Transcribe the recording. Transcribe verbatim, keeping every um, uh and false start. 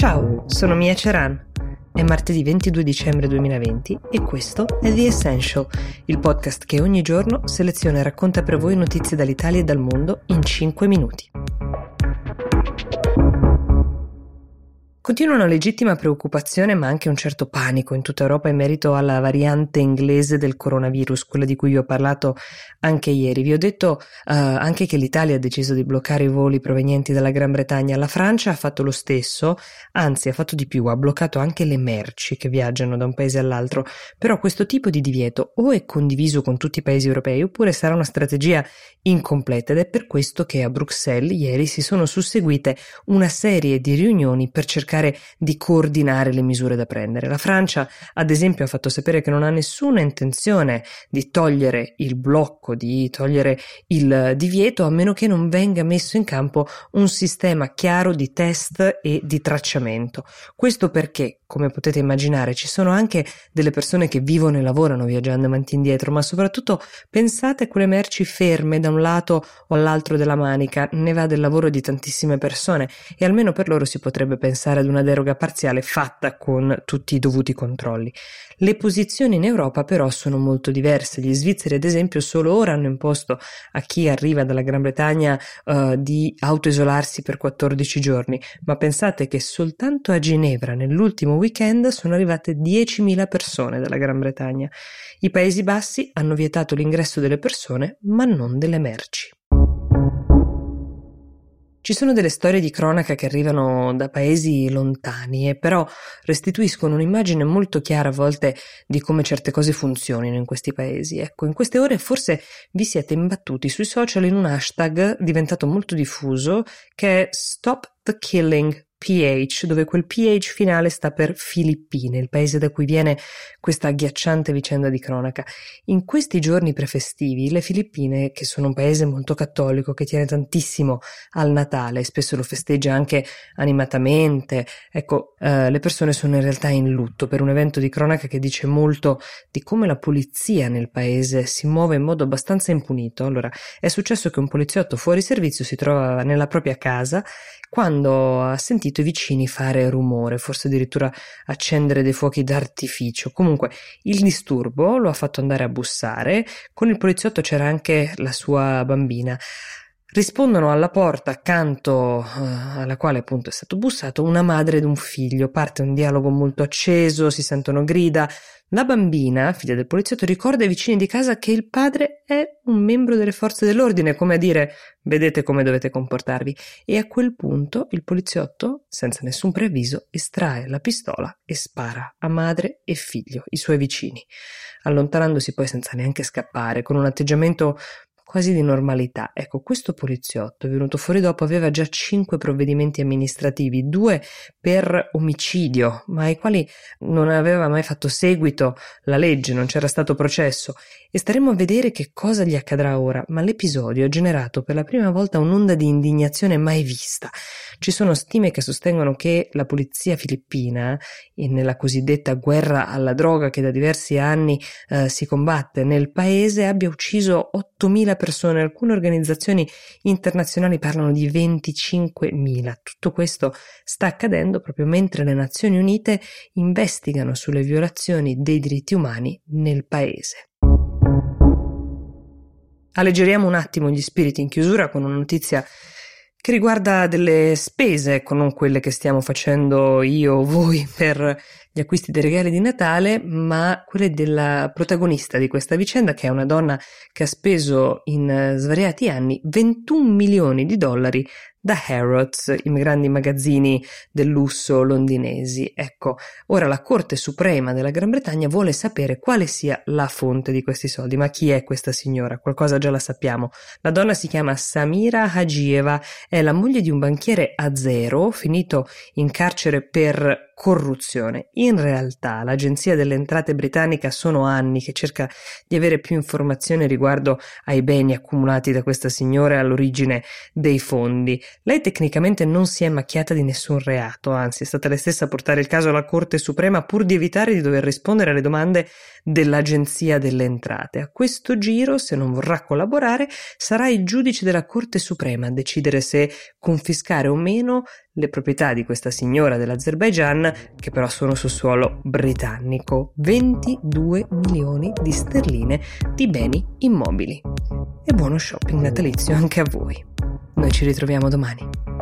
Ciao, sono Mia Ceran. È martedì ventidue dicembre duemilaventi e questo è The Essential, il podcast che ogni giorno seleziona e racconta per voi notizie dall'Italia e dal mondo in cinque minuti. Continua una legittima preoccupazione ma anche un certo panico in tutta Europa in merito alla variante inglese del coronavirus, quella di cui vi ho parlato anche ieri. Vi ho detto uh, anche che l'Italia ha deciso di bloccare i voli provenienti dalla Gran Bretagna. La Francia ha fatto lo stesso, anzi ha fatto di più, ha bloccato anche le merci che viaggiano da un paese all'altro. Però questo tipo di divieto o è condiviso con tutti i paesi europei oppure sarà una strategia incompleta ed è per questo che a Bruxelles ieri si sono susseguite una serie di riunioni per cercare di coordinare le misure da prendere. La Francia, ad esempio, ha fatto sapere che non ha nessuna intenzione di togliere il blocco, di togliere il divieto, a meno che non venga messo in campo un sistema chiaro di test e di tracciamento. Questo perché, come potete immaginare, ci sono anche delle persone che vivono e lavorano viaggiando avanti e indietro, ma soprattutto pensate a quelle merci ferme da un lato o all'altro della manica. Ne va del lavoro di tantissime persone e almeno per loro si potrebbe pensare ad una deroga parziale fatta con tutti i dovuti controlli. Le posizioni in Europa però sono molto diverse. Gli svizzeri, ad esempio, solo ora hanno imposto a chi arriva dalla Gran Bretagna uh, di autoisolarsi per quattordici giorni, ma pensate che soltanto a Ginevra nell'ultimo weekend sono arrivate diecimila persone dalla Gran Bretagna. I Paesi Bassi hanno vietato l'ingresso delle persone, ma non delle merci. Ci sono delle storie di cronaca che arrivano da paesi lontani e però restituiscono un'immagine molto chiara a volte di come certe cose funzionino in questi paesi. Ecco, in queste ore forse vi siete imbattuti sui social in un hashtag diventato molto diffuso che è Stop the Killing P H, dove quel P H finale sta per Filippine, il paese da cui viene questa agghiacciante vicenda di cronaca. In questi giorni prefestivi le Filippine, che sono un paese molto cattolico, che tiene tantissimo al Natale, spesso lo festeggia anche animatamente, ecco, eh, le persone sono in realtà in lutto per un evento di cronaca che dice molto di come la polizia nel paese si muove in modo abbastanza impunito. Allora, è successo che un poliziotto fuori servizio si trovava nella propria casa quando ha sentito i vicini fare rumore, forse addirittura accendere dei fuochi d'artificio. Comunque il disturbo lo ha fatto andare a bussare. Con il poliziotto c'era anche la sua bambina. Rispondono alla porta accanto uh, alla quale appunto è stato bussato una madre ed un figlio. Parte un dialogo molto acceso, si sentono grida. La bambina, figlia del poliziotto, ricorda ai vicini di casa che il padre è un membro delle forze dell'ordine, come a dire vedete come dovete comportarvi. E a quel punto il poliziotto, senza nessun preavviso, estrae la pistola e spara a madre e figlio, i suoi vicini, allontanandosi poi senza neanche scappare, con un atteggiamento quasi di normalità. Ecco, questo poliziotto, venuto fuori dopo, aveva già cinque provvedimenti amministrativi, due per omicidio, ma ai quali non aveva mai fatto seguito la legge, non c'era stato processo, e staremo a vedere che cosa gli accadrà ora. Ma l'episodio ha generato per la prima volta un'onda di indignazione mai vista. Ci sono stime che sostengono che la polizia filippina, nella cosiddetta guerra alla droga che da diversi anni eh, si combatte nel paese, abbia ucciso ottomila persone. Alcune organizzazioni internazionali parlano di venticinquemila. Tutto questo sta accadendo proprio mentre le Nazioni Unite investigano sulle violazioni dei diritti umani nel paese. Alleggeriamo un attimo gli spiriti in chiusura con una notizia che riguarda delle spese, ecco, non quelle che stiamo facendo io o voi per gli acquisti dei regali di Natale, ma quelle della protagonista di questa vicenda, che è una donna che ha speso in svariati anni ventuno milioni di dollari da Harrods, i grandi magazzini del lusso londinesi. Ecco, ora la Corte Suprema della Gran Bretagna vuole sapere quale sia la fonte di questi soldi. Ma chi è questa signora? Qualcosa già la sappiamo. La donna si chiama Samira Hajieva, è la moglie di un banchiere azero finito in carcere per corruzione. In realtà l'Agenzia delle Entrate britannica sono anni che cerca di avere più informazioni riguardo ai beni accumulati da questa signora all'origine dei fondi. Lei tecnicamente non si è macchiata di nessun reato, anzi è stata lei stessa a portare il caso alla Corte Suprema pur di evitare di dover rispondere alle domande dell'Agenzia delle Entrate. A questo giro, se non vorrà collaborare, sarà il giudice della Corte Suprema a decidere se confiscare o meno le proprietà di questa signora dell'Azerbaigian, che però sono su suolo britannico, ventidue milioni di sterline di beni immobili. E buono shopping natalizio anche a voi. Noi ci ritroviamo domani.